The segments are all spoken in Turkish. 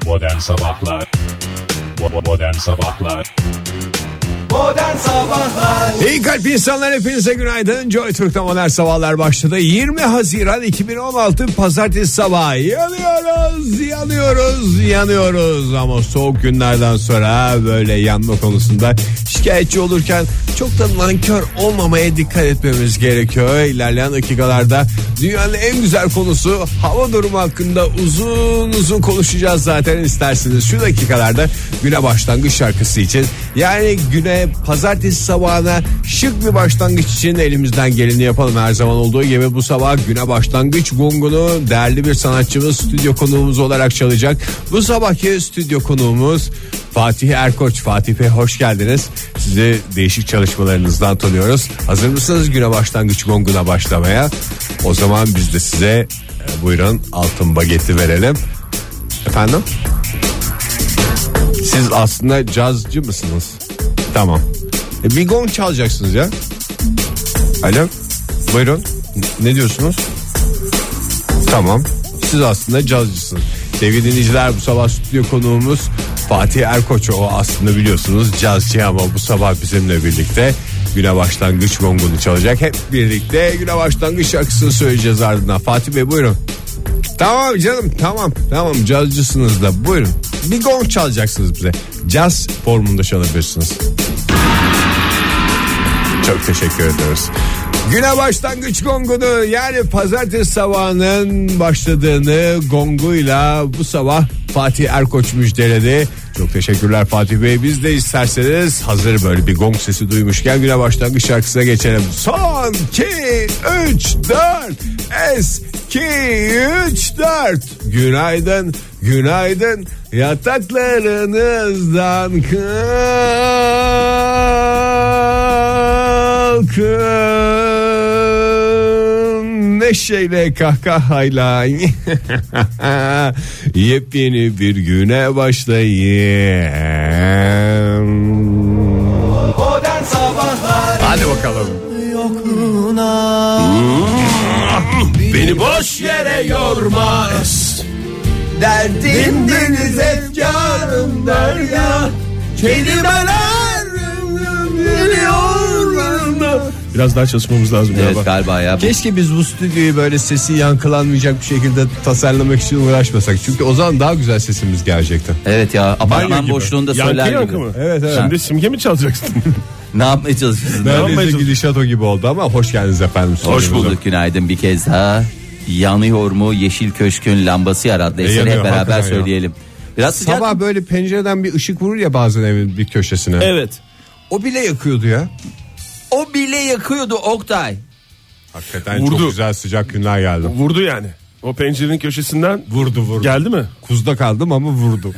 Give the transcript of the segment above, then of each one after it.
Modern Sabahlar. Modern Sabahlar. Modern Sabahlar. İyi kalp insanlar, hepinize günaydın. Joy Türk'te Modern Sabahlar başladı. 20 Haziran 2016 Pazartesi sabahı. Yanıyoruz ama soğuk günlerden sonra böyle yanma konusunda şikayetçi olurken çok da nankör olmamaya dikkat etmemiz gerekiyor. İlerleyen dakikalarda dünyanın en güzel konusu hava durumu hakkında uzun konuşacağız zaten. İsterseniz şu dakikalarda güne başlangıç şarkısı için, yani güne pazartesi sabahına şık bir başlangıç için elimizden geleni yapalım. Her zaman olduğu gibi bu sabah güne başlangıç gongunu değerli bir sanatçımız stüdyo konuğumuz olarak çalacak. Bu sabahki stüdyo konuğumuz Fatih Erkoç. Fatih Bey, hoş geldiniz. Sizi değişik çalışmalarınızdan tanıyoruz. Hazır mısınız güne başlangıç gonguna başlamaya? O zaman biz de size buyurun altın bageti verelim. Efendim? Siz aslında cazcı mısınız? Tamam. Bir gong çalacaksınız ya. Alo. Buyurun. Ne diyorsunuz? Tamam. Siz aslında cazcısınız. Sevgili dinleyiciler, bu sabah stüdyo konuğumuz Fatih Erkoç. O aslında biliyorsunuz cazcı ama bu sabah bizimle birlikte güne başlangıç gongunu çalacak. Hep birlikte güne başlangıç şarkısını söyleyeceğiz ardından. Fatih Bey, buyurun. Tamam canım, tamam cazcısınız da buyurun. Bir gong çalacaksınız bize. Caz formunda çalabilirsiniz. Çok teşekkür ederiz. Güne başlangıç gongunu, yani pazartesi sabahının başladığını gonguyla bu sabah Fatih Erkoç müjdeledi. Çok teşekkürler Fatih Bey. Biz de isterseniz hazır böyle bir gong sesi duymuşken güne başlangıç şarkısına geçelim. Son 2 3 4 2 3 4. Günaydın yataklarınızdan kalkın, neşeyle kahkahayla yepyeni bir güne başlayın. Modern Sabahlar. Hadi bakalım. Beni boş yere yorma. Derdim deniz efkarım derya. Kelimeler biliyor. Biraz daha çalışmamız lazım galiba ya. Keşke biz bu stüdyoyu böyle sesi yankılanmayacak bir şekilde tasarlamak için uğraşmasak. Çünkü o zaman daha güzel sesimiz gelecekti. Evet ya, apartman boşluğunda söyler yankı gibi. mı? Evet. Şimdi simge mi çalacaksın? Ne yapmaya çalışıyorsun? Neredeyse gidişat o gibi oldu ama hoş geldiniz efendim. Hoş bulduk, günaydın bir kez daha. Yanıyor mu Yeşil Köşk'ün lambası adlı eseri yanıyor, hep beraber hakikaten söyleyelim. Biraz sıcak. Sabah böyle pencereden bir ışık vurur ya bazen evin bir köşesine. Evet. O bile yakıyordu ya. O bile yakıyordu Oktay. Hakikaten Vurdu. çok güzel sıcak günler geldi. Vurdu yani. O pencerenin köşesinden Vurdu. geldi mi? Kuzda kaldım ama vurdu.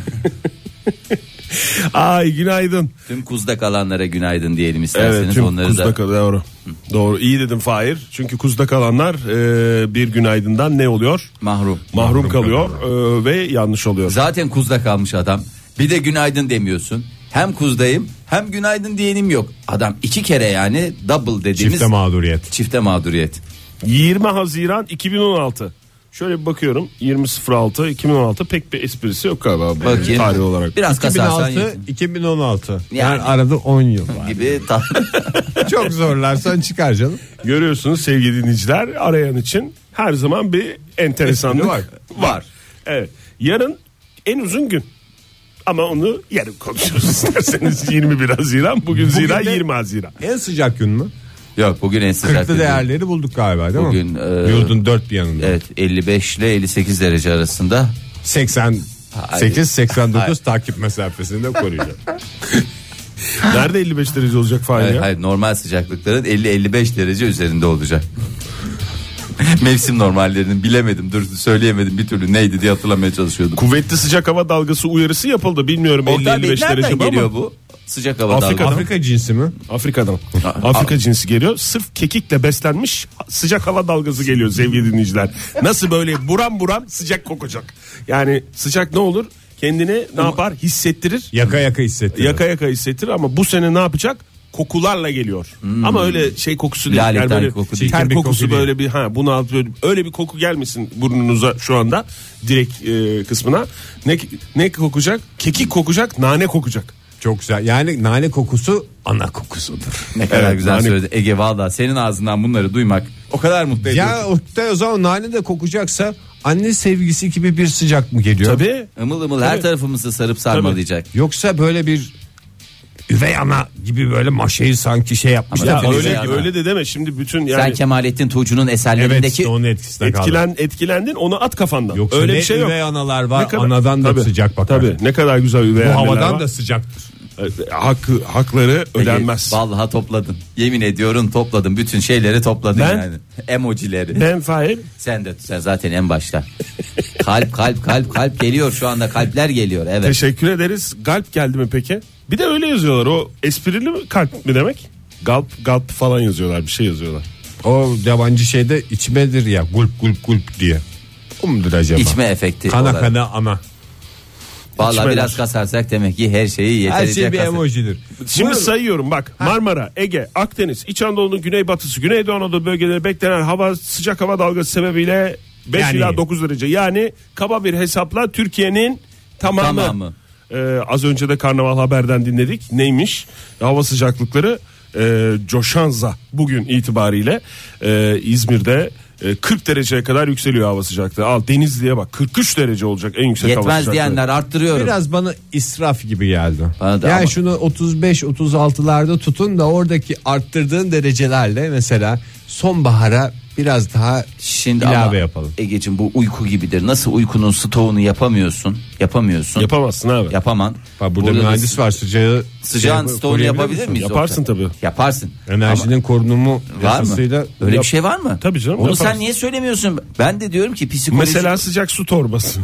Ay günaydın. Tüm kuzda kalanlara günaydın diyelim isterseniz. Evet, tüm onları kuzda da. Doğru. Doğru, iyi dedim Fahir. Çünkü kuzda kalanlar bir günaydından ne oluyor? Mahrum kalıyor ve yanlış oluyor. Zaten kuzda kalmış adam. Bir de günaydın demiyorsun. Hem kuzdayım hem günaydın diyenim yok. Adam 2 kere, yani double dediğimiz çifte mağduriyet. 20 Haziran 2016. Şöyle bir bakıyorum, 20.06.2016 pek bir esprisi yok galiba. Bakayım. Tarih olarak. Biraz kasarsan 2016. Yani Yani arada 10 yıl var. gibi. Çok zorlarsan çıkar canım. Görüyorsunuz sevgili dinleyiciler, arayan için her zaman bir enteresanlık var. Evet. Yarın en uzun gün. Ama onu yarın konuşuruz isterseniz. 21 Haziran. Bugün zira 20 Haziran. En sıcak gün mü? Yok, bugün en sıcak. 40'lı değerleri bulduk galiba değil bugün, mi? Yurdun dört bir yanında. Evet, 55 ile 58 derece arasında. 88-89 takip mesafesinde koruyacak. Nerede 55 derece olacak Fahir ya? Hayır, normal sıcaklıkların 50-55 derece üzerinde olacak. Mevsim normallerinin bilemedim, söyleyemedim bir türlü, neydi diye hatırlamaya çalışıyordum. Kuvvetli sıcak hava dalgası uyarısı yapıldı. Bilmiyorum 50-55 derece nereden geliyor ama. bu? Sıcak hava dalgası. Afrika cinsi mi? Afrika'dan. Afrika cinsi geliyor. Sırf kekikle beslenmiş sıcak hava dalgası geliyor sevgili dinleyiciler. Nasıl böyle buram buram sıcak kokacak. Yani sıcak ne olur? Kendini ne yapar? Hissettirir. Yaka yaka hissettirir. Yaka yaka hissettirir ama bu sene ne yapacak? kokularla geliyor. Ama öyle şey kokusu değil. Lale Yani böyle koku değil. ter Bir kokusu koku böyle bir bunu alt öyle bir koku gelmesin burnunuza şu anda direkt kısmına. Ne kokacak? Kekik kokacak, nane kokacak. Çok güzel. Yani nane kokusu ana kokusudur. Ne kadar Evet, güzel nane- söyledi Ege, valla senin ağzından bunları duymak o kadar mutlu ediyor. Ya o zaman nane de kokacaksa anne sevgisi gibi bir sıcak mı geliyor? Tabii. Imıl ımıl her tarafımızı sarıp sarmalayacak. Yoksa böyle bir üvey ana gibi böyle maşayı sanki şey yapmışlar. Ama Ya tabii öyle yani. öyle de deme şimdi bütün yani Sen Kemalettin Tuğcu'nun Evet eserlerindeki işte onun etkisinde kaldı. etkilendin onu at kafandan. Yoksa öyle ne bir şey yok. üvey analar var Ne kadar- anadan da Tabii, sıcak bakar. Tabii ne kadar güzel üvey Bu anneler havadan var. da sıcaktır. Hakları ödenmez. Vallahi topladın. Yemin ediyorum topladın. Bütün şeyleri topladın Ben- yani. Emojileri. Ben Fahir Sen zaten en başta. kalp geliyor şu anda, kalpler geliyor. Evet. teşekkür ederiz. Galp geldi mi peki? Bir de öyle yazıyorlar. O esprili mi kalp mi demek? Galp falan yazıyorlar. Bir şey yazıyorlar. O yabancı şeyde içmedir ya gulp gulp gulp diye. O mudur acaba? İçme efekti Kana olarak. kana ana. Vallahi İçmeler. biraz kasarsak demek ki her şeyi Her yeterince şey bir kasar. emojidir. Şimdi sayıyorum bak. Marmara, Ege, Akdeniz, İç Anadolu'nun güneybatısı, Güneydoğu Anadolu bölgeleri beklenen sıcak hava dalgası sebebiyle 5 Yani- ila 9 derece. Yani kaba bir hesapla Türkiye'nin tamamı. Tamamı. Az önce de Karnaval Haber'den dinledik. Neymiş? Hava sıcaklıkları Coşanza bugün itibariyle İzmir'de 40 dereceye kadar yükseliyor hava sıcaklığı. Al Denizli'ye bak 43 derece olacak en yüksek hava Yetmez sıcaklığı. diyenler arttırıyorum. Biraz bana israf gibi geldi. Bana da Yani ama- şunu 35-36'larda tutun da oradaki arttırdığın derecelerle mesela sonbahara biraz daha Şimdi ilave ama yapalım. Egeciğim bu uyku gibidir. Nasıl uykunun stoğunu yapamıyorsun? Yapamazsın abi. Yapaman. Bak burada mühendis var Sıcağın stoğunu koruyabilir yapabilir misin? miyiz? Yaparsın Oktay? tabii. Yaparsın. Enerjinin korunumu Var mı? yasasıyla Öyle Yap- bir şey var mı? Tabii canım, Onu yaparsın. sen niye söylemiyorsun? Ben de diyorum ki psikoloji. Mesela sıcak su torbası.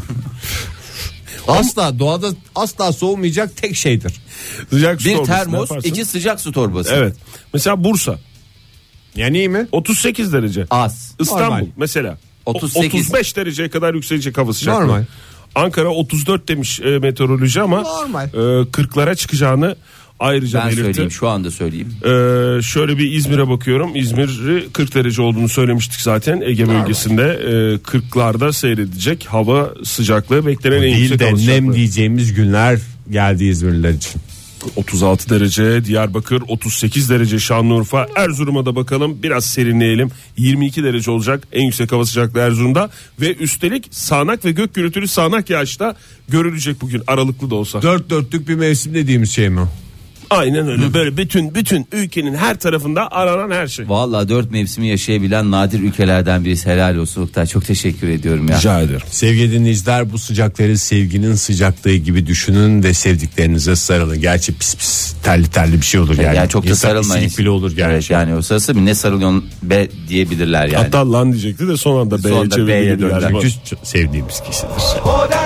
asla doğada asla soğumayacak tek şeydir. Sıcak su bir torbası termos, yaparsın. 2 sıcak su torbası. Evet. Mesela Bursa Yani iyi mi? 38 derece. Az. İstanbul Normal. mesela 38. 35 dereceye kadar yükselecek hava sıcaklığı. Normal. Ankara 34 demiş meteoroloji ama Normal. 40'lara çıkacağını ayrıca Ben belirtti. söyleyeyim, şu anda söyleyeyim. Şöyle bir İzmir'e bakıyorum. İzmir'i 40 derece olduğunu söylemiştik zaten. Ege bölgesinde 40'larda seyredecek hava sıcaklığı beklenen en Değil yüksek de hava nem sıcaklığı. diyeceğimiz günler geldi İzmirliler için. 36 derece Diyarbakır, 38 derece Şanlıurfa, Erzurum'a da bakalım biraz serinleyelim. 22 derece olacak en yüksek hava sıcaklığı Erzurum'da ve üstelik sağanak ve gök gürültülü sağanak yağışta görülecek bugün aralıklı da olsa. Dört dörtlük bir mevsim dediğimiz şey mi? Aynen öyle. Böyle bütün ülkenin her tarafında aranan her şey. Vallahi 4 mevsimi yaşayabilen nadir ülkelerden birisi. Helal olsun Oktay. Çok teşekkür ediyorum ya. Rica ederim. Sevgili dinleyiciler bu sıcakları sevginin sıcaklığı gibi düşünün ve sevdiklerinize sarılın. Gerçi pis terli bir şey olur yani. Yani çok da İnsan sarılmayın. isilik bile olur yani. Evet, yani o sırası bir ne sarılıyorsun be diyebilirler yani. Hatta lan diyecekti de son anda B'ye Sonra B'ye çevirdi döndü. galiba. Çünkü çok sevdiğimiz kişidir.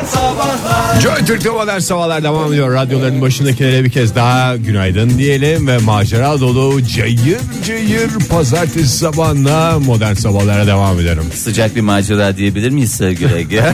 Joy Türk'te modern sabahlar devam ediyor. Radyoların başındakilere bir kez daha günaydın diyelim ve macera dolu cayır pazartesi sabahında modern sabahlara devam edelim. Sıcak bir macera diyebilir miyiz sevgili Ege?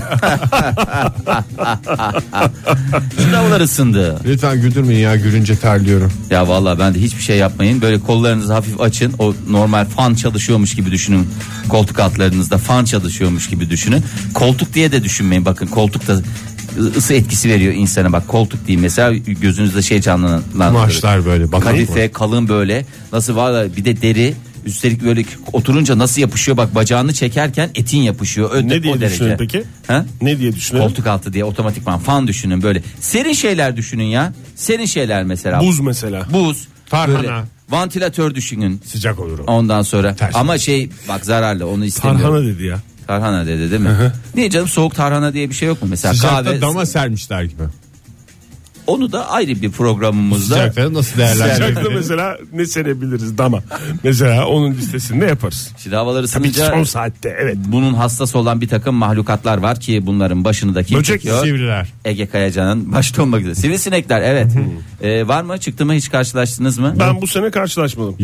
Şimdi havalar ısındı. Lütfen güldürmeyin ya, gülünce terliyorum. Ya vallahi ben de hiçbir şey yapmayın. Böyle kollarınızı hafif açın. O normal fan çalışıyormuş gibi düşünün. Koltuk altlarınızda fan çalışıyormuş gibi düşünün. Koltuk diye de düşünmeyin. Bakın koltuk da ısı etkisi veriyor insana. Bak koltuk değil mesela, gözünüzde şey canlanan. Kumaşlar böyle, bakalım kadife kalın böyle. Nasıl var, bir de deri. Üstelik böyle oturunca nasıl yapışıyor, bak bacağını çekerken etin yapışıyor. Ne diye düşünün peki? Ha? Ne diye düşünün? Koltuk altı diye otomatikman fan düşünün böyle. Serin şeyler düşünün ya. Serin şeyler mesela. Buz mesela. Buz. Tarhana. Böyle vantilatör düşünün. Sıcak olur o. Ondan sonra Ters. ama şey bak zararlı, onu istemiyorum. Tarhana dedi ya. Tarhana dedi değil mi? Niye canım, soğuk tarhana diye bir şey yok mu? Mesela Sıcakta kahve. dama sermişler gibi. Onu da ayrı bir programımızda. Sıcakları nasıl değerlendirebiliriz? Sıcakta mesela ne serebiliriz dama. Mesela onun listesinde yaparız. Şimdi havaları Tabii ki son ısınınca saatte evet. bunun hassası olan bir takım mahlukatlar var ki bunların başını da kim Böcek, çekiyor? Sivriler. Ege Kayacan'ın başta olmak üzere. Sivrisinekler evet. Var mı, çıktı mı, hiç karşılaştınız mı? Ben bu sene karşılaşmadım.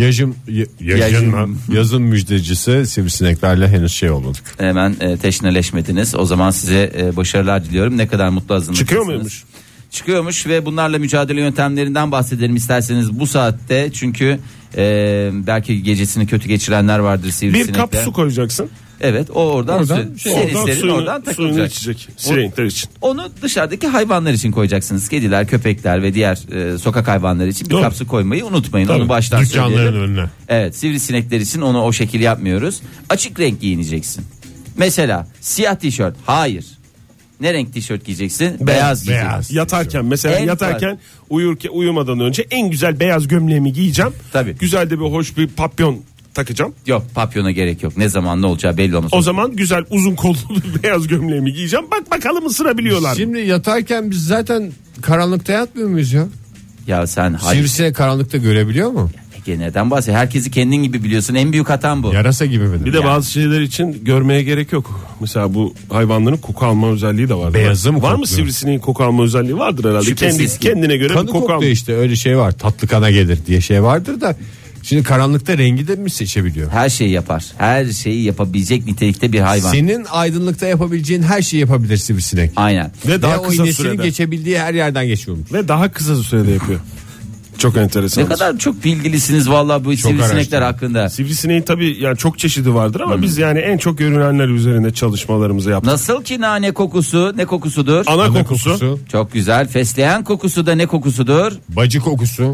Yazın müjdecisi sivrisineklerle henüz şey olmadık. Hemen teşneleşmediniz. O zaman size başarılar diliyorum. Ne kadar mutlu azınlıksınız. Çıkıyor muymuş? çıkıyormuş ve bunlarla mücadele yöntemlerinden bahsedelim isterseniz bu saatte. Çünkü belki gecesini kötü geçirenler vardır sivrisinekler. Bir kap su koyacaksın. Evet, o oradan serin Suyunu oradan takılacak. içecek sivrisinek için. Onu dışarıdaki hayvanlar için koyacaksınız. Kediler, köpekler ve diğer sokak hayvanları için bir kap su koymayı unutmayın. Tabii, onu baştan dükkanların söyleyelim. önüne. Evet, sivrisinekler için onu o şekilde yapmıyoruz. Açık renk giyineceksin. Mesela siyah tişört. Hayır. Ne renk tişört giyeceksin? Beyaz giyeceksin. Yatarken mesela uyumadan önce en güzel beyaz gömleğimi giyeceğim. Tabii. Güzel de bir hoş bir papyon takacağım. Yok, papyona gerek yok. Ne zaman ne olacağı belli olmaz. O zaman güzel uzun kollu bir beyaz gömleğimi giyeceğim. Bak bakalım ısırabiliyorlar. Şimdi yatarken biz zaten karanlıkta yatmıyor muyuz ya? Ya sen Sivrisinek karanlıkta görebiliyor mu? neden bahsediyor? Herkesi kendin gibi biliyorsun. En büyük hatan bu. Yarasa gibi mi? Bir de bazı şeyler için görmeye gerek yok. Mesela bu hayvanların koku alma özelliği de var. Beyazı mı var mı kokluyor? sivrisineğin koku alma özelliği vardır herhalde. Şüphesiz ki. Kendine göre Kanı bir koku alma. kokluyor işte, öyle şey var. Tatlı kana gelir diye şey vardır da. Şimdi karanlıkta rengi de mi seçebiliyor? Her şeyi yapar. Her şeyi yapabilecek nitelikte bir hayvan. Senin aydınlıkta yapabileceğin her şeyi yapabilir sivrisinek. Aynen. Ve daha o kısa iğnesinin sürede. geçebildiği her yerden geçiyormuş. Ve daha kısa sürede yapıyor. Çok enteresan. Ne kadar çok bilgilisiniz vallahi bu sivrisinekler hakkında. Sivrisineğin tabii yani çok çeşidi vardır ama biz yani en çok görünenler üzerine çalışmalarımızı yaptık. Nasıl ki nane kokusu ne kokusudur? Ana kokusu. Çok güzel. Fesleğen kokusu da ne kokusudur? Bacı kokusu.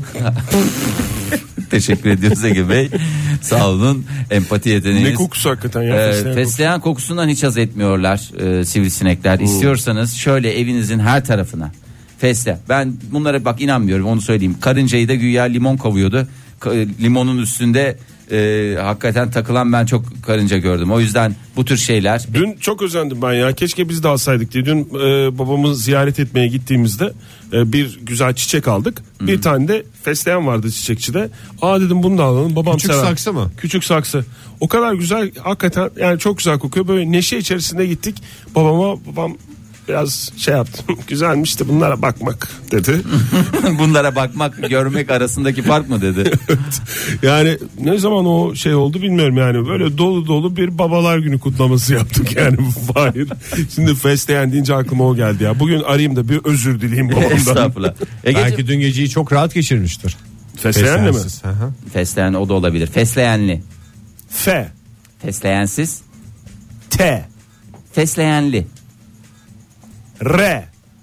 Teşekkür ediyoruz Ege Bey. Sağ olun. Empati yeteneğiniz. Ne kokusu hakikaten ya. Fesleğen kokusundan hiç haz etmiyorlar sivrisinekler. İstiyorsanız şöyle evinizin her tarafına fesleğen. Ben bunlara bak inanmıyorum, onu söyleyeyim. Karıncayı da güya limon kavuyordu. Limonun üstünde hakikaten takılan ben çok karınca gördüm. O yüzden bu tür şeyler. Dün çok özendim ben ya. Keşke biz de alsaydık diye. Dün babamı ziyaret etmeye gittiğimizde bir güzel çiçek aldık. Bir tane de fesleğen vardı çiçekçide. Aa dedim bunu da alalım. Babam Küçük sever. saksı mı? Küçük saksı. O kadar güzel hakikaten, yani çok güzel kokuyor. Böyle neşe içerisinde gittik. Babam biraz şey yaptı. Güzelmiş de bunlara bakmak dedi. Bunlara bakmak görmek arasındaki fark mı dedi. Yani ne zaman o şey oldu bilmiyorum yani. Böyle dolu dolu bir babalar günü kutlaması yaptık yani. Hayır. Şimdi fesleğen deyince aklıma o geldi ya. Bugün arayayım da bir özür dileyim babamdan. Estağfurullah. Belki dün geceyi çok rahat geçirmiştir. Fesleğenle mi? Fesleğensiz, hı hı. Fesleğen o da olabilir. Fesleğenli. F. Fesleğensiz. T. Fesleğenli. R.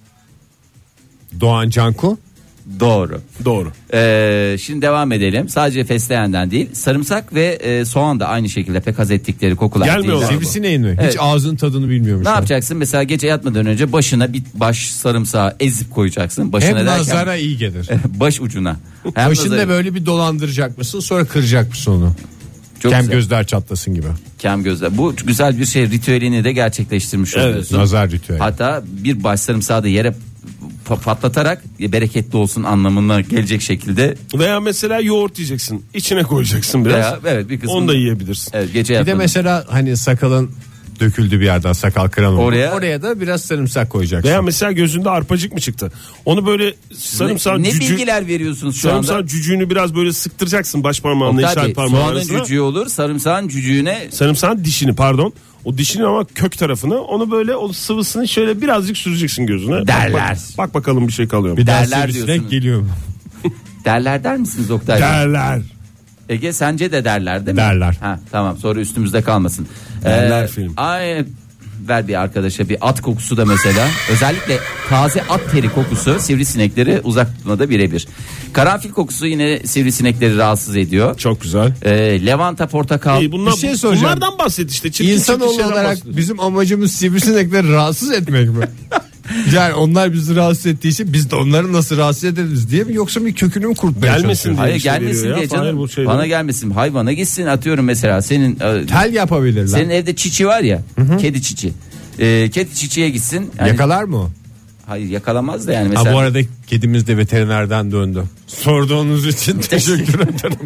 Doğan Canku. Doğru. Doğru. Şimdi devam edelim. Sadece fesleğenden değil, sarımsak ve soğan da aynı şekilde pek haz ettikleri kokular Gelmiyorlar. değil. Sivrisineğin mi? Evet. Hiç ağzının tadını bilmiyormuş. Ne o. yapacaksın? Mesela gece yatmadan önce başına bir baş sarımsağı ezip koyacaksın. Başına Hem derken nazara iyi gelir. baş ucuna. Hem Başında nazara- böyle bir dolandıracak mısın, sonra kıracak mısın onu? Çok Kem güzel. gözler çatlasın gibi. Kem gözler. Bu güzel bir şey, ritüelini de gerçekleştirmiş oluyorsun. Nazar ritüeli. Hatta bir baş sarımsağı da yere patlatarak bereketli olsun anlamına gelecek şekilde. Veya mesela yoğurt yiyeceksin. İçine koyacaksın biraz. Veya, evet, bir kısmını. Onu da yiyebilirsin. Evet, gece Bir de yatmadan. mesela hani sakalın döküldü bir yerden, sakal kıran oldu. Oraya- da biraz sarımsak koyacaksın. Veya mesela gözünde arpacık mı çıktı? Onu böyle sarımsağın ne bilgiler veriyorsunuz şu anda? sarımsağın cücüğünü biraz böyle sıktıracaksın baş parmağınla Oktay Bey, işaret parmağın soğanın arasına. cücüğü olur, sarımsağın cücüğüne Sarımsağın dişini pardon. O dişinin ama kök tarafını, onu böyle o sıvısını şöyle birazcık süreceksin gözüne. Derler. Bak bakalım bir şey kalıyor mu? Bir daha derler sivrisinek diyorsunuz. geliyor mu? derler der misiniz Oktay Bey? Derler. Ege sence de derler değil mi? Derler. Ha, tamam, sonra üstümüzde kalmasın. Derler film. Ay, ver bir arkadaşa bir at kokusu da mesela. Özellikle taze at teri kokusu sivrisinekleri uzak tutmada birebir. Karanfil kokusu yine sivrisinekleri rahatsız ediyor. Çok güzel. Lavanta, portakal. Bunlar, Bir şey soracağım. bunlardan bahset işte. Çirkin İnsanoğlu çirkin şeyler olarak bahset. bizim amacımız sivrisinekleri rahatsız etmek mi? Yani onlar bizi rahatsız ettiği için biz de onları nasıl rahatsız ederiz diye mi, yoksa bir kökünü mü kurtmaya Gelmesin çalışıyoruz? diye. Hayır, işte gelmesin veriyor ya. diye canım. Hayır, bu şeyden. Bana gelmesin. Hayvana gitsin, atıyorum mesela senin Tel yapabilirler. senin evde çiçi var ya. Kedi çiçi. Kedi çiçiğe gitsin. Yani- Yakalar mı o? Hayır, yakalamaz da yani Ha, mesela. bu arada kedimiz de veterinerden döndü. Sorduğunuz için teşekkür ederim.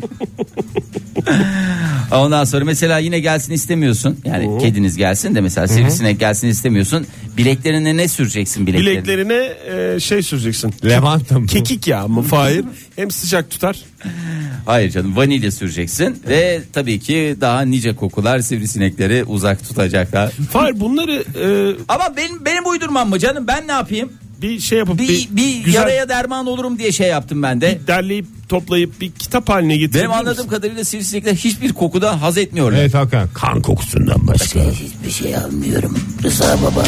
Ondan sonra mesela yine gelsin istemiyorsun. Yani kediniz gelsin de mesela sivrisinek gelsin istemiyorsun. Bileklerine ne süreceksin bileklerine? Bileklerine şey süreceksin. Levanta mı? Kekik yağı mı? Hayır. Hem sıcak tutar. Hayır canım, vanilya süreceksin ve tabii ki daha nice kokular sivrisinekleri uzak tutacaklar. Hayır bunları Ama benim uydurmam mı canım, ben ne yapayım? bir şey yapıp Bir güzel yaraya derman olurum diye şey yaptım ben de. derleyip toplayıp bir kitap haline getirebilir Benim anladığım kadarıyla sivrisinekler hiçbir kokudan haz etmiyorlar. Evet hakikaten kan kokusundan başka. Hiçbir şey almıyorum Rıza baba.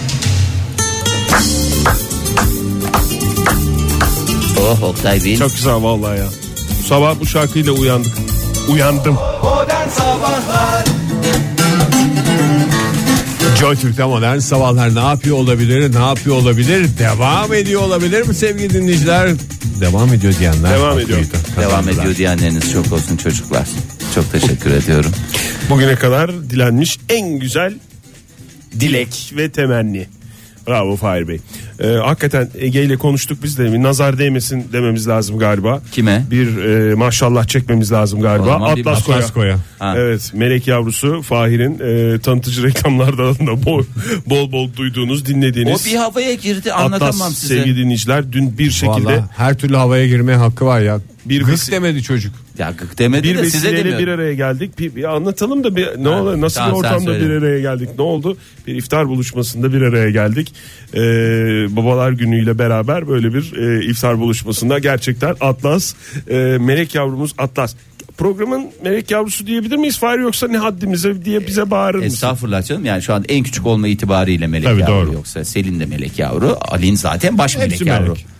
Oh Oktay Bey. Çok güzel vallahi ya. Bu sabah bu şarkıyla uyandım. Modern Sabahlar. Joy Türk'te modern sabahlar ne yapıyor olabilir? Devam ediyor olabilir mi sevgili dinleyiciler? Devam ediyor diyenler. Devam ediyor. Devam ediyor diyenleriniz çok olsun çocuklar. Çok teşekkür ediyorum. Bugüne kadar dilenmiş en güzel dilek ve temenni. Bravo Fahir Bey. Hakikaten Ege ile konuştuk biz de. Bir nazar değmesin dememiz lazım galiba. Kime? Bir maşallah çekmemiz lazım galiba. O zaman bir Atlas Koya. Ha. Evet, melek yavrusu Fahir'in tanıtıcı reklamlardan da bol bol duyduğunuz, dinlediğiniz. O bir havaya girdi, anlatamam Atlas, size. sevgili dinleyiciler, dün bir şekilde Vallahi her türlü havaya girmeye hakkı var ya. Bir Gık demedi çocuk. Ya gık demedi bir de size vesileyle demiyorum. bir araya geldik. Bir anlatalım da ne oldu? Nasıl tamam, bir sen ortamda söyle. bir araya geldik? Ne oldu? Bir iftar buluşmasında bir araya geldik. Babalar günüyle beraber böyle bir iftar buluşmasında gerçekten Atlas, melek yavrumuz Atlas. Programın melek yavrusu diyebilir miyiz Fahir, yoksa ne haddimize diye bize bağırır mısın? Estağfurullah canım, yani şu an en küçük olma itibariyle melek Tabii, yavru, doğru. yoksa Selin de melek yavru, Ali'nin zaten baş melek Hepsi yavru. melek.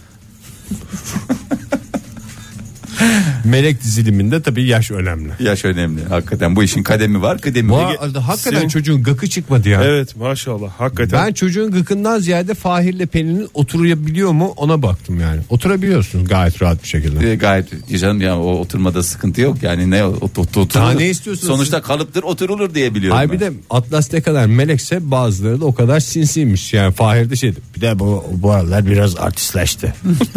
Melek diziliminde tabii yaş önemli. Yaş önemli hakikaten, bu işin kademi var, kıdemi Bu var. arada hakikaten Senin- çocuğun gıkı çıkmadı ya. Evet, maşallah hakikaten. Ben çocuğun gıkından ziyade Fahir'le Pelin'in oturabiliyor mu ona baktım yani. Oturabiliyorsun gayet rahat bir şekilde. Gayet canım ya, o oturmada sıkıntı yok yani, ne oturulur. Daha ne istiyorsunuz Sonuçta siz? kalıptır, oturulur diye biliyorum. Ay ben. bir de Atlas ne kadar melekse bazıları da o kadar sinsiymiş yani. Fahir de şeydi. Bir de bu aralar biraz artistleşti.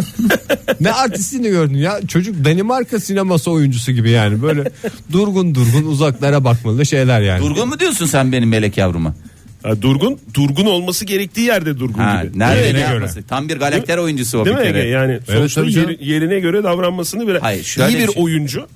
Ne artistliğini gördün ya, çocuk Danimarka sineması oyuncusu gibi yani, böyle durgun uzaklara bakmalı şeyler yani. Durgun mu diyorsun sen benim melek yavruma? Ha, durgun olması gerektiği yerde durgun Ha, gibi. nerede Yerine ne göre. yapması? Tam bir galakter oyuncusu o Değil bir mi kere. Ege? Yani sonuçta tabii canım. yerine göre davranmasını bile. Hayır, şöyle iyi bir bir şey-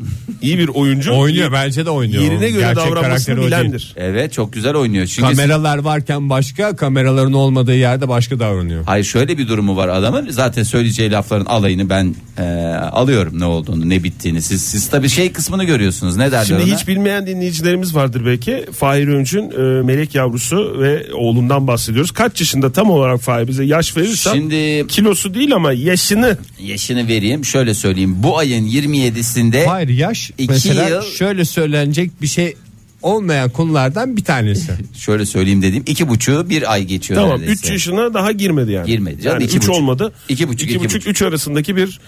oyuncu Oynuyor, bence de oynuyor. yerine göre Gerçek davranmasını karakteri o değil. bilendir. Evet, çok güzel oynuyor. Çünkü Kameralar varken başka, kameraların olmadığı yerde başka davranıyor. hayır, şöyle bir durumu var adamın. Zaten söyleyeceği lafların alayını ben alıyorum, ne olduğunu, ne bittiğini. Siz tabii şey kısmını görüyorsunuz. Ne derler Şimdi ona? hiç bilmeyen dinleyicilerimiz vardır belki. Fahir Öncü'nün melek yavrusu ve oğlundan bahsediyoruz. Kaç yaşında tam olarak Fahir, bize yaş verirsen? Şimdi Kilosu değil ama yaşını. vereyim, şöyle söyleyeyim. Bu ayın 27'sinde Hayır, yaş 2 mesela yıl, şöyle söylenecek bir şey olmayan konulardan bir tanesi. şöyle söyleyeyim dedim, 2,5 bir ay geçiyor Tamam, neredeyse. 3 yaşına daha girmedi yani. Girmedi canım, Yani 3 2,5. olmadı. 2,5, 3 arasındaki bir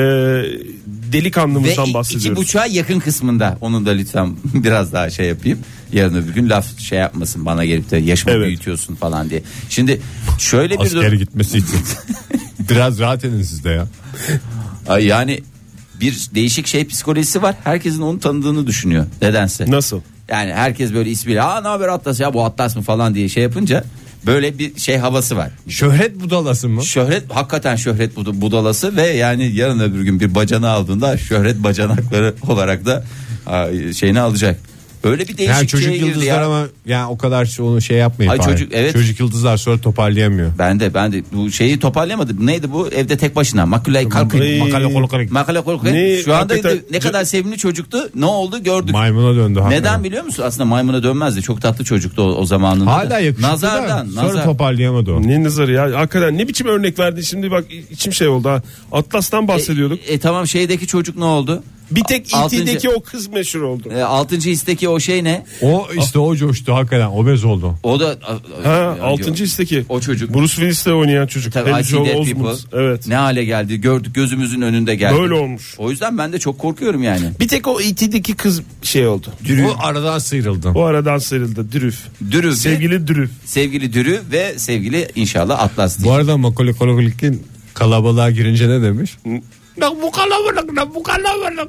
delikanlımızdan Ve bahsediyoruz. 2,5'a yakın kısmında, onu da lütfen biraz daha şey yapayım. Yarın öbür gün laf şey yapmasın bana, gelip de yaşımı Evet. büyütüyorsun falan diye. Şimdi şöyle bir Askere gitmesi için. Biraz rahat edin siz de ya. Ay, yani bir değişik şey psikolojisi var. Herkesin onu tanıdığını düşünüyor nedense. Nasıl? Yani herkes böyle ismiyle, ne haber Atlas ya, bu Atlas mı falan diye şey yapınca böyle bir şey havası var. Şöhret budalası mı? Şöhret, hakikaten şöhret budalası ve yani yarın öbür gün bir bacana aldığında şöhret bacanakları olarak da şeyini alacak. Öyle bir değişik Yani çocuk şeye girdi yıldızlar ya. ama yani o kadar onu şey yapmayın. Ay, Fahir. çocuk, evet. Çocuk yıldızlar sonra toparlayamıyor. Ben de bu şeyi toparlayamadım. Neydi bu? Evde tek başına. Makulay kalkın. Makale korkun. Ne, Şu anda hakikaten- ne kadar sevimli çocuktu. Ne oldu gördük. Maymuna döndü. Neden hakikaten. biliyor musun? Aslında maymuna dönmezdi. Çok tatlı çocuktu o zamanında. Hala da. yakışıklı Nazardan. da sonra toparlayamadı o. Ne nazarı ya, hakikaten ne biçim örnek verdin şimdi, bak içim şey oldu ha. Atlas'tan bahsediyorduk. Tamam, şeydeki çocuk ne oldu? Bir tek altıncı- İT'deki o kız meşhur oldu. 6. histeki o şey ne? O işte o coştu hakikaten, obez oldu. O da Ha, 6. isteki. o çocuk. Bruce Willis'le oynayan çocuk. Tabii, Henry I See Joel Dead Osment. People. Evet. Ne hale geldi, gördük, gözümüzün önünde geldi. Böyle olmuş. O yüzden ben de çok korkuyorum yani. Bir tek o İT'deki kız şey oldu. O aradan sıyrıldı. O aradan sıyrıldı. Dürüf. Dürü, Sevgili Dürüf. Dürü ve sevgili inşallah Atlas Bu diye. arada Macaulay Culkin kalabalığa girince ne demiş? Bu kalabalık.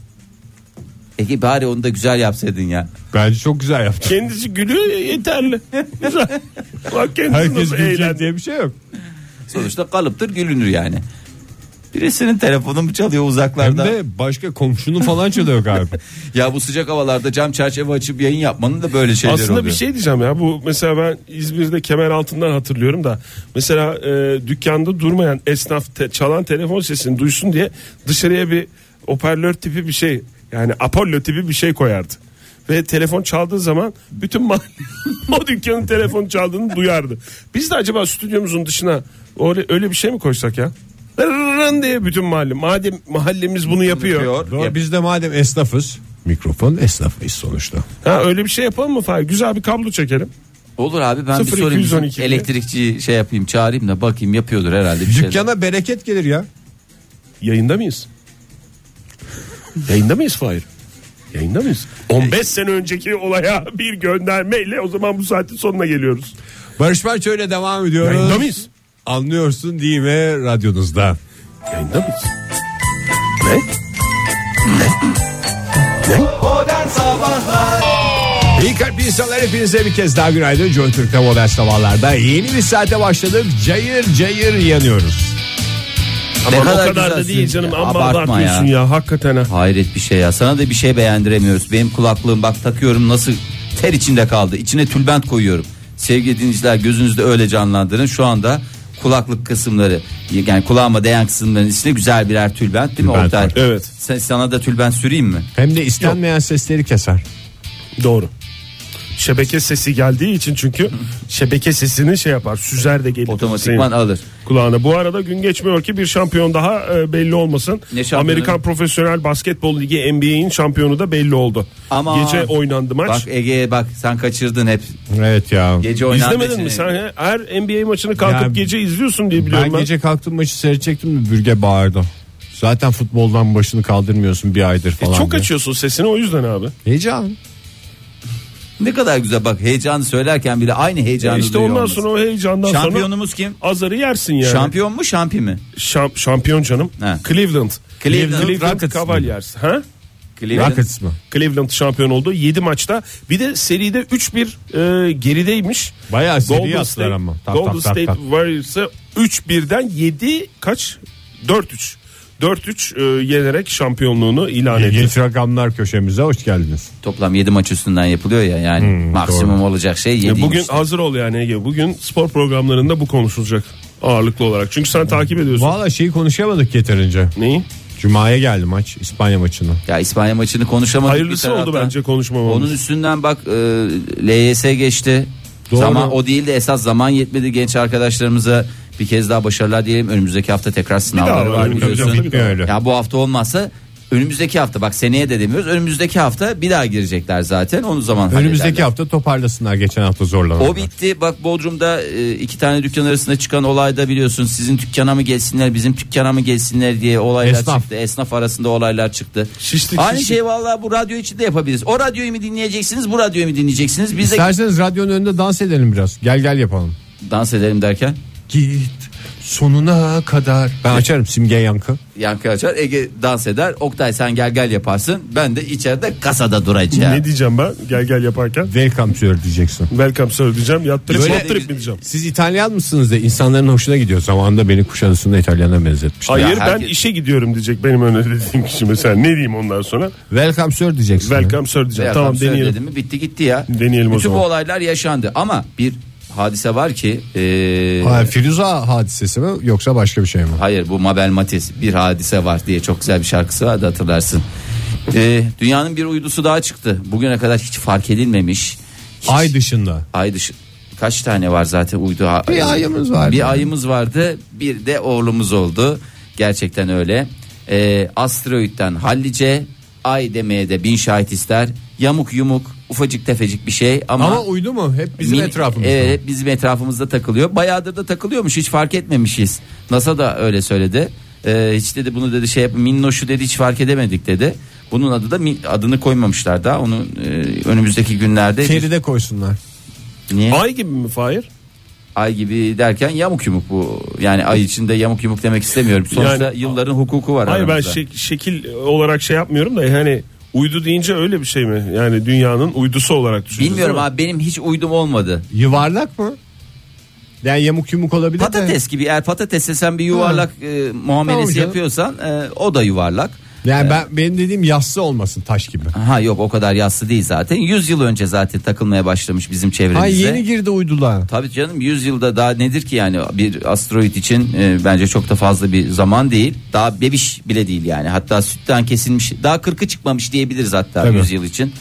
Peki bari onu da güzel yapsaydın ya. Bence çok güzel yaptı. Kendisi gülüyor ya, yeterli. Güzel. Bak kendisi Herkes nasıl gülecek eğlendi. diye bir şey yok. Sonuçta kalıptır, gülünür yani. Birisinin telefonu mu çalıyor Hem uzaklarda? de başka komşunun falan çalıyor galiba. Ya bu sıcak havalarda cam çerçeve açıp yayın yapmanın da böyle şeyleri Aslında oluyor. bir şey diyeceğim ya, bu mesela ben İzmir'de Kemeraltı'ndan hatırlıyorum da mesela dükkanda durmayan esnaf çalan telefon sesini duysun diye dışarıya bir hoparlör tipi bir şey, yani Apollo tipi bir şey koyardı. Ve telefon çaldığı zaman bütün mahalle o dükkanın telefon çaldığını duyardı. Biz de acaba stüdyomuzun dışına öyle bir şey mi koysak ya? Rırrın diye bütün mahalle. Madem mahallemiz bunu yapıyor. Doğru, biz de madem esnafız, mikrofon esnafıyız sonuçta. Ha, öyle bir şey yapalım mı Fahir? Güzel bir kablo çekelim. Olur abi, ben bir 0212 sorayım bizim diye. elektrikçi şey yapayım, çağırayım da bakayım, yapıyordur herhalde bir şey. Dükkana bereket gelir ya. Yayında mıyız? Yayında mıyız Fahir? Yayında mıyız? 15 sene önceki olaya bir göndermeyle o zaman bu saatin sonuna geliyoruz. Barış Manço ile devam ediyoruz. Yayında mıyız? Anlıyorsun değil mi radyonuzda? Yayında mıyız? Ne? Modern Sabahlar. İyi kalp insanlar, hepinize bir kez daha günaydın. Joy Türk'te Modern Sabahlar'da yeni bir saate başladık. Cayır cayır yanıyoruz. Ama Ne o kadar kadar da güzelsin değil canım. ya, Amma abartma abartıyorsun ya hakikaten ha. Hayret bir şey ya, sana da bir şey beğendiremiyoruz. Benim kulaklığım bak takıyorum, nasıl ter içinde kaldı, içine tülbent koyuyorum. Sevgili dinleyiciler, gözünüzde öyle canlandırın şu anda kulaklık kısımları, yani kulağıma değen kısımların içinde güzel birer tülbent değil mi Tülbent Oktay? var. Evet. Sana da tülbent süreyim mi? Hem de istenmeyen sesleri keser. Doğru. Şebeke sesi geldiği için, çünkü şebeke sesini şey yapar, süzer de gelir. Otomatikman senin alır. kulağına. Bu arada gün geçmiyor ki bir şampiyon daha belli olmasın. Ne şampiyonu? Amerikan Profesyonel Basketbol Ligi NBA'in şampiyonu da belli oldu. Ama Gece oynandı maç. Bak Ege'ye bak, sen kaçırdın hep. Evet ya. Gece oynandı. İzlemedin mi sen? Her NBA maçını kalkıp Ya, gece izliyorsun diye biliyorum ben. Ben gece kalktım, maçı seyredecektim de Bürge bağırdı. Zaten futboldan başını kaldırmıyorsun bir aydır falan. Çok diye. açıyorsun sesini, o yüzden abi. Heyecan. Ne kadar güzel bak, heyecanı söylerken bile aynı heyecanı İşte duyuyor ondan olması. sonra o heyecandan sonra Şampiyonumuz kim? azarı yersin yani. Şampiyon mu şampi mi? Şampiyon canım. He. Cleveland Rockets Cavaliers. Ha? Cleveland. Rockets mı? Cleveland şampiyon oldu 7 maçta. Bir de seride 3-1 gerideymiş. Bayağı seri Golden attılar State, ama. Golden State Warriors'ı 3-1'den 7 kaç? 4-3. 4-3 yenerek şampiyonluğunu ilan etti. İlginç rakamlar köşemize hoş geldiniz. Toplam 7 maç üstünden yapılıyor ya, yani maksimum doğru. olacak şey 7. Bugün hazır ol yani Ege. Bugün spor programlarında bu konuşulacak ağırlıklı olarak. Çünkü sen takip ediyorsun. Valla şeyi konuşamadık yeterince. Neyi? Cuma'ya geldi maç, İspanya maçını. Ya İspanya maçını konuşamadık. Hayırlısı bir oldu taraftan. bence konuşmamamız. Onun üstünden bak LYS geçti. Doğru. Zaman o değil de esas zaman yetmedi, genç arkadaşlarımıza bir kez daha başarılar diyelim. Önümüzdeki hafta tekrar sınavları daha var önümüzdeki biliyorsun. hafta bir daha. Öyle. Ya bu hafta olmazsa önümüzdeki hafta, bak seneye de demiyoruz, önümüzdeki hafta bir daha girecekler zaten, onu zaman Önümüzdeki hallederler. hafta toparlasınlar geçen hafta zorlananlar. O bitti. Bak Bodrum'da iki tane dükkan arasında çıkan olayda biliyorsun, sizin dükkana mı gelsinler bizim dükkana mı gelsinler diye olaylar Esnaf. çıktı. Esnaf arasında olaylar çıktı. Şiştik, Aynı şiştik. şey vallahi bu radyo için de yapabiliriz. O radyoyu mu dinleyeceksiniz, bu radyoyu mu dinleyeceksiniz? Biz de İsterseniz radyonun önünde dans edelim biraz. Gel gel yapalım. dans edelim derken Git sonuna kadar. Ben açarım Simge Yankı. Yankı açar, Ege dans eder, Oktay sen gel gel yaparsın, ben de içeride kasada duracağım. Ne diyeceğim ben gel yaparken? Welcome sir diyeceksin. Welcome sir diyeceğim. Yattırıp Böyle- yattırıp mı diyeceğim? Siz İtalyan mısınız de insanların hoşuna gidiyor. Zamanında beni Kuşadası'nda İtalyan'a benzetmişler. Hayır, Ya ben herkes- işe gidiyorum diyecek benim öyle dediğim kişi mesela. Ne diyeyim ondan sonra? Welcome sir diyeceksin. Welcome sir diyeceğim. Ya Tamam, söyledim deneyelim. mi bitti gitti ya. Deneyelim o Bütün zaman. bu olaylar yaşandı ama bir hadise var ki Ha, Firuza hadisesi mi yoksa başka bir şey mi? hayır, bu Mabel Matiz bir hadise var diye çok güzel bir şarkısı vardı, hatırlarsın. Dünyanın bir uydusu daha çıktı. Bugüne kadar hiç fark edilmemiş. Hiç- Ay dışında. Ay dışı. Kaç tane var zaten uydu? Bir ayımız vardı. Bir ayımız vardı. Bir de oğlumuz oldu. Gerçekten öyle. Asteroid'den hallice, ay demeye de bin şahit ister. Yamuk yumuk ufacık tefecik bir şey ama, Ama uydu mu? Hep bizim etrafımızda. Evet, hep bizim etrafımızda takılıyor. Bayağıdır da takılıyormuş, hiç fark etmemişiz. NASA da öyle söyledi. Hiç dedi bunu dedi şey yap, minnoşu dedi hiç fark edemedik dedi. Bunun adı da adını koymamışlar daha. Onu önümüzdeki günlerde Feride koysunlar. niye? Ay gibi mi Fahir? Ay gibi derken yamuk yumuk bu. Yani ay içinde yamuk yumuk demek istemiyorum. Sonuçta Yani- yılların hukuku var Hayır, ben aramızda. şekil olarak şey yapmıyorum da hani uydu deyince öyle bir şey mi? Yani dünyanın uydusu olarak düşünüyoruz. Bilmiyorum değil mi? abi, benim hiç uydum olmadı. Yuvarlak mı? Yani yamuk yumuk olabilir de. Patates gibi, eğer patatese sen bir yuvarlak muamelesi Tamam canım. yapıyorsan o da yuvarlak. Yani benim dediğim yassı olmasın, taş gibi. Ha yok, o kadar yassı değil zaten. 100 yıl önce zaten takılmaya başlamış bizim çevremizde. Ha, yeni girdi uydular. Tabii canım, 100 yılda daha nedir ki yani bir asteroid için bence çok da fazla bir zaman değil. Daha bebiş bile değil yani. Hatta sütten kesilmiş, daha 40'ı çıkmamış diyebiliriz hatta. Tabii. 100 yıl için.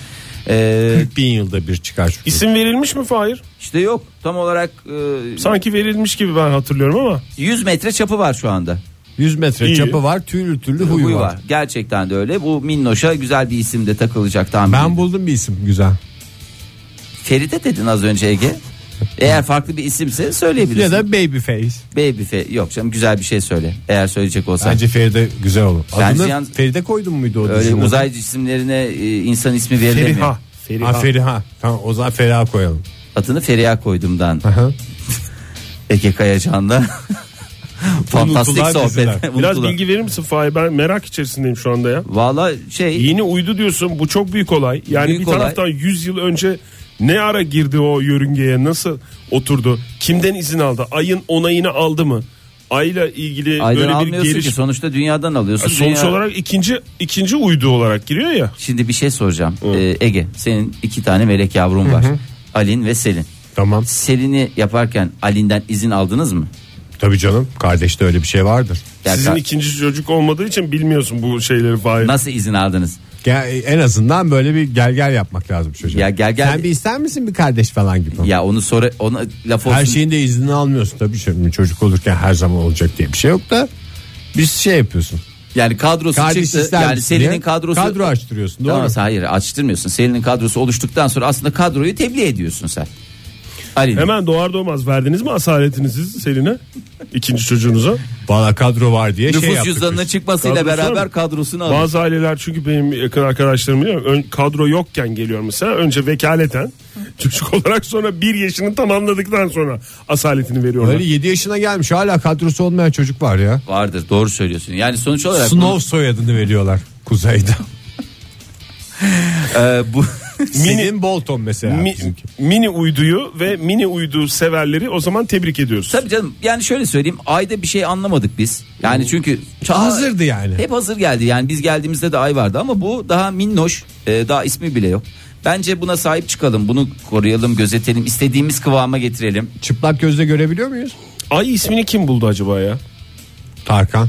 40 bin yılda bir çıkar çünkü. İsim verilmiş mi Fahir? İşte yok tam olarak Sanki verilmiş gibi ben hatırlıyorum ama. 100 metre çapı var şu anda. 100 metre İyi. çapı var, türlü huyu var. Gerçekten de öyle. Bu minnoşa güzel bir isim de takılacak tahmin. Ben buldum bir isim güzel. Feride dedin az önce Ege. Eğer farklı bir isimse söyleyebilirsin. Ya da Babyface. Yok canım, güzel bir şey söyle. Eğer söyleyecek olsan. Bence Feride güzel olur. Bence Adını Feride koydun muydu o öyle dizinin? uzaycı isimlerine insan ismi verilemiyor. Ha, Feriha. Tamam, o zaman Feriha koyalım. Adını Feriha koydumdan. Aha. Ege Kayacan'da. Fantastik Unuttular sohbet. diziler. Biraz Unuttular. bilgi verir misin Fahir? Ben merak içerisindeyim şu anda ya. Valla Yeni uydu diyorsun, bu çok büyük olay. Yani Büyük bir olay. taraftan 100 yıl önce ne ara girdi o yörüngeye, nasıl oturdu? Kimden izin aldı? Ayın onayını aldı mı? Ayla ilgili aydan böyle bir almıyorsun ki, gelişme. sonuçta dünyadan alıyorsun. Sonuç Dünya- olarak ikinci uydu olarak giriyor ya. Şimdi bir şey soracağım. Ege, senin 2 tane melek yavrun var. Alin ve Selin. Tamam. Selin'i yaparken Alin'den izin aldınız mı? Tabii canım, kardeşte öyle bir şey vardır. Ya Sizin ikinci çocuk olmadığı için bilmiyorsun bu şeyleri Fahir. Nasıl izin aldınız? En azından böyle bir gel yapmak lazım çocuğa. Ya gel. Sen bir ister misin bir kardeş falan gibi? Ya onu sonra ona laf olsun. Her şeyin de iznini almıyorsun tabii. Şimdi çocuk olurken her zaman olacak diye bir şey yok da biz şey yapıyorsun. Yani kadrosu Kardeş çıktı. ister Yani misin Selin'in diye kadrosu. kadro açtırıyorsun, doğru Tamam, mu? hayır açtırmıyorsun. Selin'in kadrosu oluştuktan sonra aslında kadroyu tebliğ ediyorsun sen. Alin. Hemen doğar doğmaz verdiniz mi asaletinizi Selin'e? İkinci çocuğunuza. Valla kadro var diye Nüfus şey yaptık. cüzdanına çıkmasıyla Kadrosu beraber var. kadrosunu alıyor. Bazı aileler, çünkü benim yakın arkadaşlarım biliyor, kadro yokken geliyor mesela. Önce vekaleten çocuk olarak, sonra 1 yaşını tamamladıktan sonra asaletini veriyorlar. Öyle 7 yaşına gelmiş hala kadrosu olmayan çocuk var ya. Vardır, doğru söylüyorsun. Yani sonuç olarak Snow soyadını veriyorlar kuzeyde. bu Senin Bolton mesela. bizimki. Mini uyduyu ve mini uydu severleri o zaman tebrik ediyoruz. tabii canım, yani şöyle söyleyeyim, ayda bir şey anlamadık biz. Yani çünkü Hazırdı yani. Hep hazır geldi. Yani biz geldiğimizde de ay vardı ama bu daha minnoş, daha ismi bile yok. Bence buna sahip çıkalım, bunu koruyalım, gözetelim, istediğimiz kıvama getirelim. Çıplak gözle görebiliyor muyuz? Ay ismini kim buldu acaba ya? Tarkan.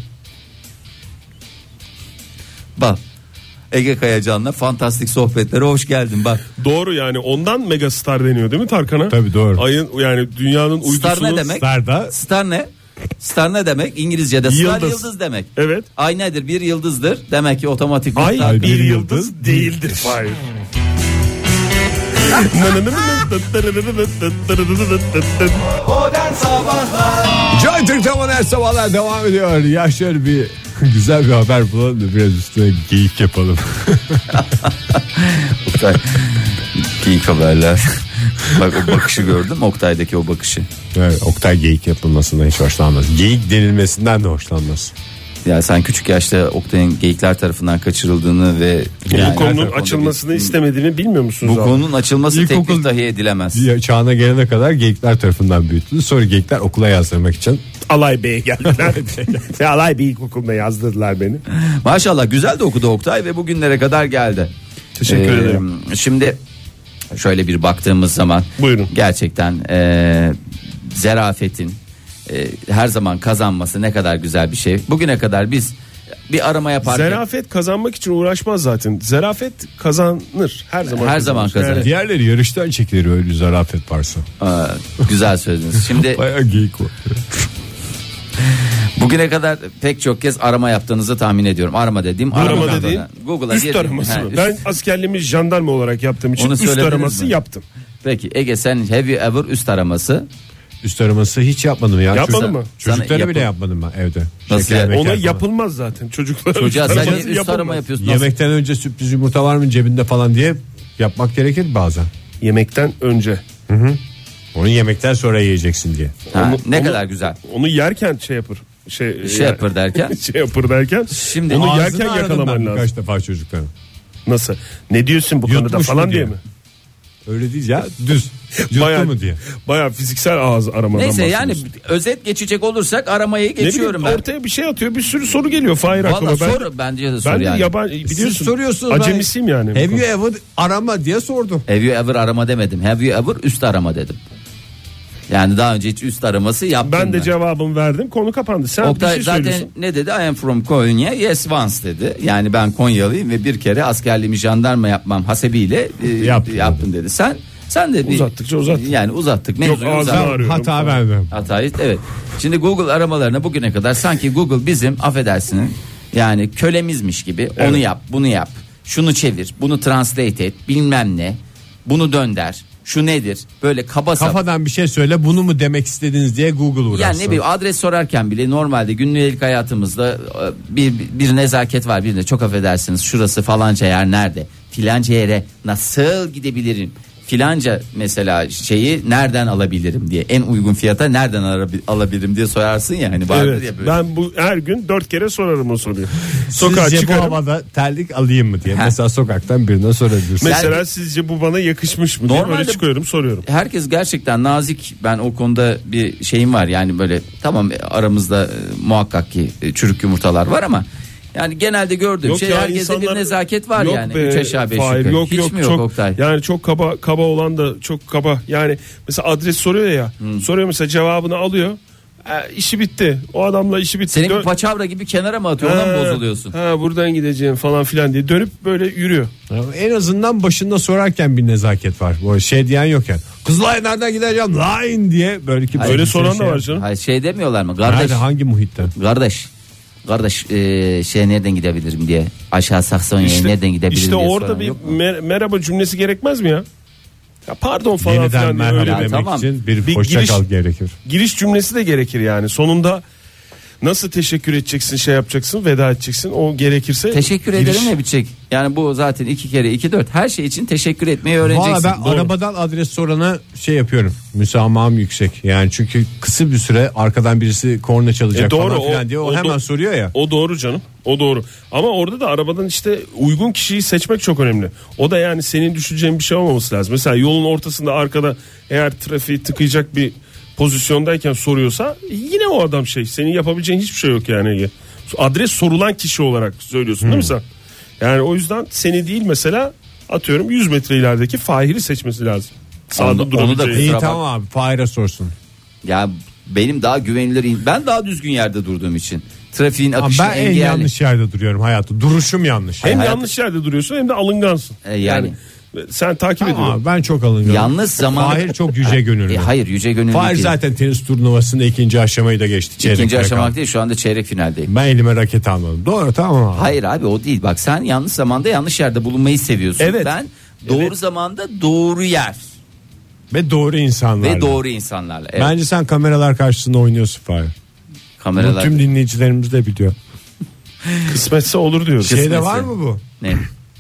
Bak, Ege Kayacan'la fantastik sohbetlere hoş geldin bak. Doğru, yani ondan megastar deniyor değil mi Tarkan'a? Tabii, doğru. Ayın, yani dünyanın uydusunu. Star ne demek? Star'da Star ne? Star ne demek? İngilizce'de star yıldız demek. Evet. Ay nedir? Bir yıldızdır. Demek ki otomatik Ay star. bir yıldız değildir. Hayır. Modern Sabahlar Joy Türk'te modern sabahlar devam ediyor. Ya şöyle bir güzel bir haber bulalım da biraz üstüne geyik yapalım. Oktay. Geyik haberler. Bak o bakışı gördün mü, Oktay'daki o bakışı. Evet, Oktay geyik yapılmasından hiç hoşlanmaz. Geyik denilmesinden de hoşlanmaz. Ya sen küçük yaşta Oktay'ın geyikler tarafından kaçırıldığını ve Bu konunun açılmasını istemediğini bilmiyor musunuz? bu abi? konunun açılması İlkokul- teklif dahi edilemez. Ya, çağına gelene kadar geyikler tarafından büyütüldü. Sonra geyikler okula yazdırmak için. Alay Bey'e geldiler. Ve Alay Bey ilkokuluna yazdırdılar beni. Maşallah güzel de okudu Oktay ve bugünlere kadar geldi. Teşekkür ederim. Şimdi şöyle bir baktığımız zaman Buyurun. gerçekten zarafetin her zaman kazanması ne kadar güzel bir şey. Bugüne kadar biz bir arama yaparken Zarafet kazanmak için uğraşmaz zaten. Zarafet kazanır. Her zaman Her zaman kazanır. Yani Diğerleri yarıştan çekilir öyle bir zarafet varsa. güzel söylediniz. Şimdi Bayağı geyik var. bugüne kadar pek çok kez arama yaptığınızı tahmin ediyorum. Arama dediğim arama arama dediğin Google'a üst girdin. araması Ha, mı? üst- Ben askerliğimi jandarma olarak yaptığım için Onu üst söylediniz araması mi? yaptım. Peki Ege, sen have you ever üst araması? Üst araması hiç yapmadım ya. Yapmadın Çocuk- mı? Çocuklara Sana bile yapın. yapmadım ben evde. Nasıl Şeker, ya? meker Ona falan. yapılmaz zaten. Çocuklar Çocuğa üst sen araması niye üst yapılmaz. arama yapıyorsun? Nasıl? Yemekten önce sürpriz yumurta var mı cebinde falan diye yapmak gerekir bazen. Yemekten önce. Onu yemekten sonra yiyeceksin diye. Ha, ne onu- kadar güzel. Onu yerken şey yapar. Şey yapar derken? şey yapar derken. Şimdi onu Ağzını yerken aradım yakalaman ben lazım. birkaç defa çocukların. Nasıl? Ne diyorsun bu konuda Yutmuş falan mu diye diyor. mi? Öyle değil ya, düz. Yuttu mu diye. Bayağı fiziksel ağız aramadan Neyse yani bahsediyorsun. özet geçecek olursak aramayı Ne bileyim, geçiyorum ben. ortaya bir şey atıyor, bir sürü soru geliyor Fahir aklıma. Valla sor, bence de sor Ben de yani. yabancı Siz biliyorsun. soruyorsunuz. Acemisiyim yani. Have you ever arama diye sordum. Have you ever arama demedim. Have you ever üst arama dedim. Yani daha önce hiç üst araması yaptım Ben de cevabımı verdim, konu kapandı. Sen Oktay bir şey zaten söylüyorsun. ne dedi? I am from Konya. Yes once dedi. Yani ben Konyalıyım ve bir kere askerliğimi jandarma yapmam hasebiyle yaptım dedi. Sen de bir Uzattıkça uzattın. Yani uzattık. Yok, Mevzuyu ağzını uzattık. arıyorum. Hata verdim. Hatayı evet. Şimdi Google aramalarına bugüne kadar sanki Google bizim affedersiniz yani kölemizmiş gibi onu yap, bunu yap, şunu çevir, bunu translate et, bilmem ne, bunu dönder. Şu nedir? Böyle kaba sap. Kafadan bir şey söyle, bunu mu demek istediniz diye Google uğraşsın. Yani ne bileyim adres sorarken bile normalde günlük hayatımızda bir nezaket var. Bir de çok affedersiniz şurası falanca yer nerede? Filanca yere nasıl gidebilirim? Filanca mesela şeyi nereden alabilirim diye, en uygun fiyata nereden alabilirim diye sorarsın ya hani vardır Evet, ya böyle. ben bu her gün 4 kere sorarım o soruyu. Sokağa Sizce bu çıkarım. havada terlik alayım mı diye. Mesela sokaktan birine sorabilirsin. Mesela Yani- sizce bu bana yakışmış mı diye Normalde- böyle çıkıyorum, soruyorum. Herkes gerçekten nazik, ben o konuda bir şeyim var yani böyle tamam aramızda muhakkak ki çürük yumurtalar var ama yani genelde gördüğüm Yok şey ya, herkeste bir insanlar- nezaket var Yok yani be, 3 aşağı 5 Fahir, yukarı. yok, Hiç yok, mi yok çok, Oktay? yani çok kaba olan da çok kaba. Yani mesela adres soruyor ya. Soruyor mesela, cevabını alıyor. İşi bitti. O adamla işi bitti. Senin bir paçavra gibi kenara mı atıyor ondan mı bozuluyorsun? Buradan gideceğim falan filan diye dönüp böyle yürüyor. En azından başında sorarken bir nezaket var. Bu şey diyen yok yani. Kızılay nereden gideceğim? Line diye böyle ki. Öyle soran da var canım. Hayır şey demiyorlar mı? Kardeş, Nerede, hangi muhitte? kardeş şey nereden gidebilirim diye. Aşağı Saksonya'ya nereden gidebilirim İşte diye orada soran bir yok mu? merhaba cümlesi gerekmez mi ya? Ya pardon falan Yeniden filan diye merhaba öyle demek tamam. için bir Bir hoşça giriş- kal gerekir. giriş cümlesi de gerekir yani. Sonunda nasıl teşekkür edeceksin, şey yapacaksın, veda edeceksin, o gerekirse. Teşekkür giriş- ederim ne bitecek? Yani bu zaten 2 kere 2 4 her şey için teşekkür etmeyi öğreneceksin. Valla ben Doğru. arabadan adres sorana şey yapıyorum. Müsamaham yüksek. Yani çünkü kısa bir süre arkadan birisi korna çalacak Doğru, falan filan diye o hemen soruyor ya. O doğru canım. O doğru. Ama orada da arabadan işte uygun kişiyi seçmek çok önemli. O da yani senin düşüneceğin bir şey olmaması lazım. Mesela yolun ortasında arkada eğer trafiği tıkayacak bir pozisyondayken soruyorsa yine o adam şey. Senin yapabileceğin hiçbir şey yok yani. Adres sorulan kişi olarak söylüyorsun değil mi sen? Yani o yüzden seni değil mesela atıyorum 100 metre ilerideki Fahir'i seçmesi lazım. Sağda Onu da durabileceği. İyi Kusura tamam abi, Fahir'e sorsun. Ya benim daha güvenilir, ben daha düzgün yerde durduğum için trafiğin Ama akışını ben en engelli. yanlış yerde duruyorum hayatım. Duruşum yanlış. Hem hayat- yanlış yerde duruyorsun hem de alıngansın. Yani. Sen takip ediyorsun. Ama ben çok alınganım. Yalnız zaman Fahir çok yüce gönüllü. hayır yüce gönüllü Fahir değil. zaten tenis turnuvasında ikinci aşamayı da geçti. İkinci Çeyreklere aşamak kaldı. değil, şu anda çeyrek finaldeyim. Ben elime raket almadım. Doğru, tamam abi. Hayır abi o değil, bak sen yanlış zamanda yanlış yerde bulunmayı seviyorsun. Evet. Ben doğru zamanda doğru yer Ve doğru insanlarla. ve doğru insanlarla. Evet. Bence sen kameralar karşısında oynuyorsun Fahir. Bunu Kameralar tüm dinleyicilerimiz de biliyor. Kısmetse olur diyoruz. Şeyde var mı bu? ne?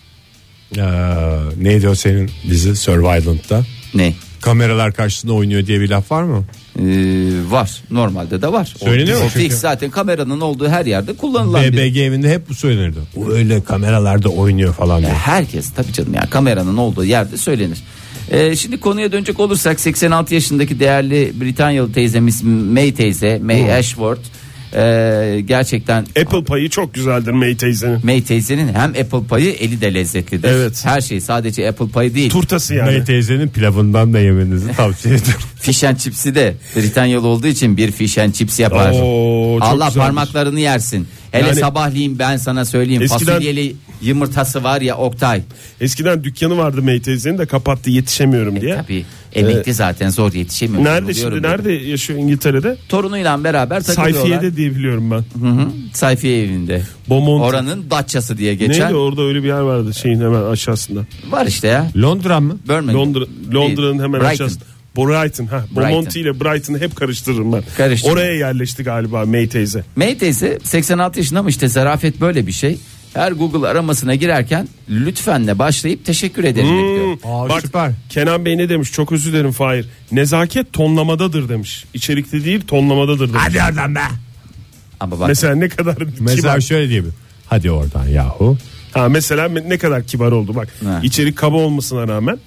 Neydi o senin dizi Survivalent'ta? Ne? Kameralar karşısında oynuyor diye bir laf var mı? Var. Normalde de var. Söyleniyor mu O çünkü? fix zaten kameranın olduğu her yerde kullanılan bir. BBG evinde hep bu söylenirdi. O öyle kameralarda oynuyor falan diye. Herkes tabii canım ya kameranın olduğu yerde söylenir. Şimdi konuya dönecek olursak 86 yaşındaki değerli Britanyalı teyzemiz May teyze, May Ashworth gerçekten Apple payı çok güzeldir May teyzenin. May teyzenin hem Apple payı eli de lezzetlidir. Evet. Her şey sadece Apple payı değil. Turtası yani. May teyzenin pilavından da yemenizi tavsiye ediyorum. Fish and chips'i de Britanyalı olduğu için bir fish and chips yapar. Oo, çok Allah güzeldir. parmaklarını yersin. Hele Yani- sabahleyin ben sana söyleyeyim Eskiden- fasulyeli yumurtası var ya Oktay. Eskiden dükkanı vardı May teyzenin de kapattı, yetişemiyorum diye. Tabii emekli zaten zor yetişemiyor. Nerede Biliyorum şimdi? ben. Nerede yaşıyor İngiltere'de? Torunuyla beraber takılıyorlar. Sayfiye'de diye biliyorum ben. Hı hı, Sayfiye evinde. Beaumont. Oranın Datçası diye geçen. Neydi orada, öyle bir yer vardı şeyin hemen aşağısında. Var işte ya. Londra mı? Birmingham. Londra'nın hemen Brighton. aşağısında. Brighton. Beaumont ile Brighton'ı hep karıştırırım ben. Karıştırma. Oraya yerleşti galiba May teyze. May teyze 86 yaşında ama işte zarafet böyle bir şey. Her Google aramasına girerken lütfenle başlayıp teşekkür ederim diyor. Aa, Bak süper. Kenan Bey ne demiş, çok özür dilerim Fahir. Nezaket tonlamadadır demiş. İçerikte değil tonlamadadır demiş. Hadi oradan be. Ama bak Mesela ne kadar Mesela kibar. şöyle diyebilir. Hadi oradan yahu. Mesela ne kadar kibar oldu bak. Ha. İçerik kaba olmasına rağmen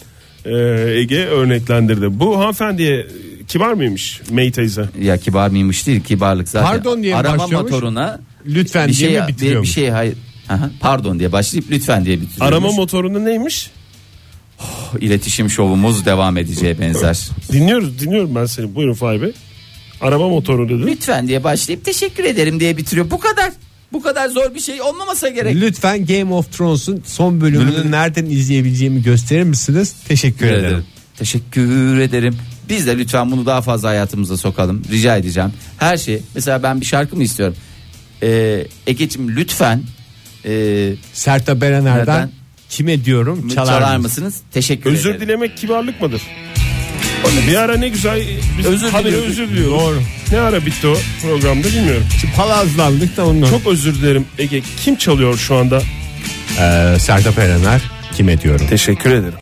Ege örneklendirdi. Bu hanımefendiye kibar mıymış May teyze? Ya kibar mıymış değil, kibarlık zaten. Pardon diye arama başlıyormuş. Motoruna Lütfen bir diye şey, mi bitiriyormuş? bir şey hayır. Aha, pardon diye başlayıp lütfen diye bitiriyormuş. Arama motorunda neymiş? İletişim şovumuz devam edeceğe benzer. Dinliyorum ben seni. Buyurun Fahri Bey. Arama motoru dedi. Lütfen diye başlayıp teşekkür ederim diye bitiriyor. Bu kadar. Bu kadar zor bir şey olmamasa gerek. Lütfen Game of Thrones'un son bölümünü nereden izleyebileceğimi gösterir misiniz? Teşekkür ederim. Teşekkür ederim. Biz de lütfen bunu daha fazla hayatımıza sokalım. Rica edeceğim. Her şey. Mesela ben bir şarkı mı istiyorum? Egeciğim lütfen. Sertab Erener'den Nereden? kime diyorum Çalar mısınız? Teşekkür Özür ederim. dilemek kibarlık mıdır? Bir ara ne güzel biz Özür diliyoruz. özür diliyoruz. Doğru. Ne ara bitti o programda bilmiyorum. Palazlandık da ondan. Çok özür dilerim Ege. Kim çalıyor şu anda? Sertab Erener kime diyorum? Teşekkür ederim.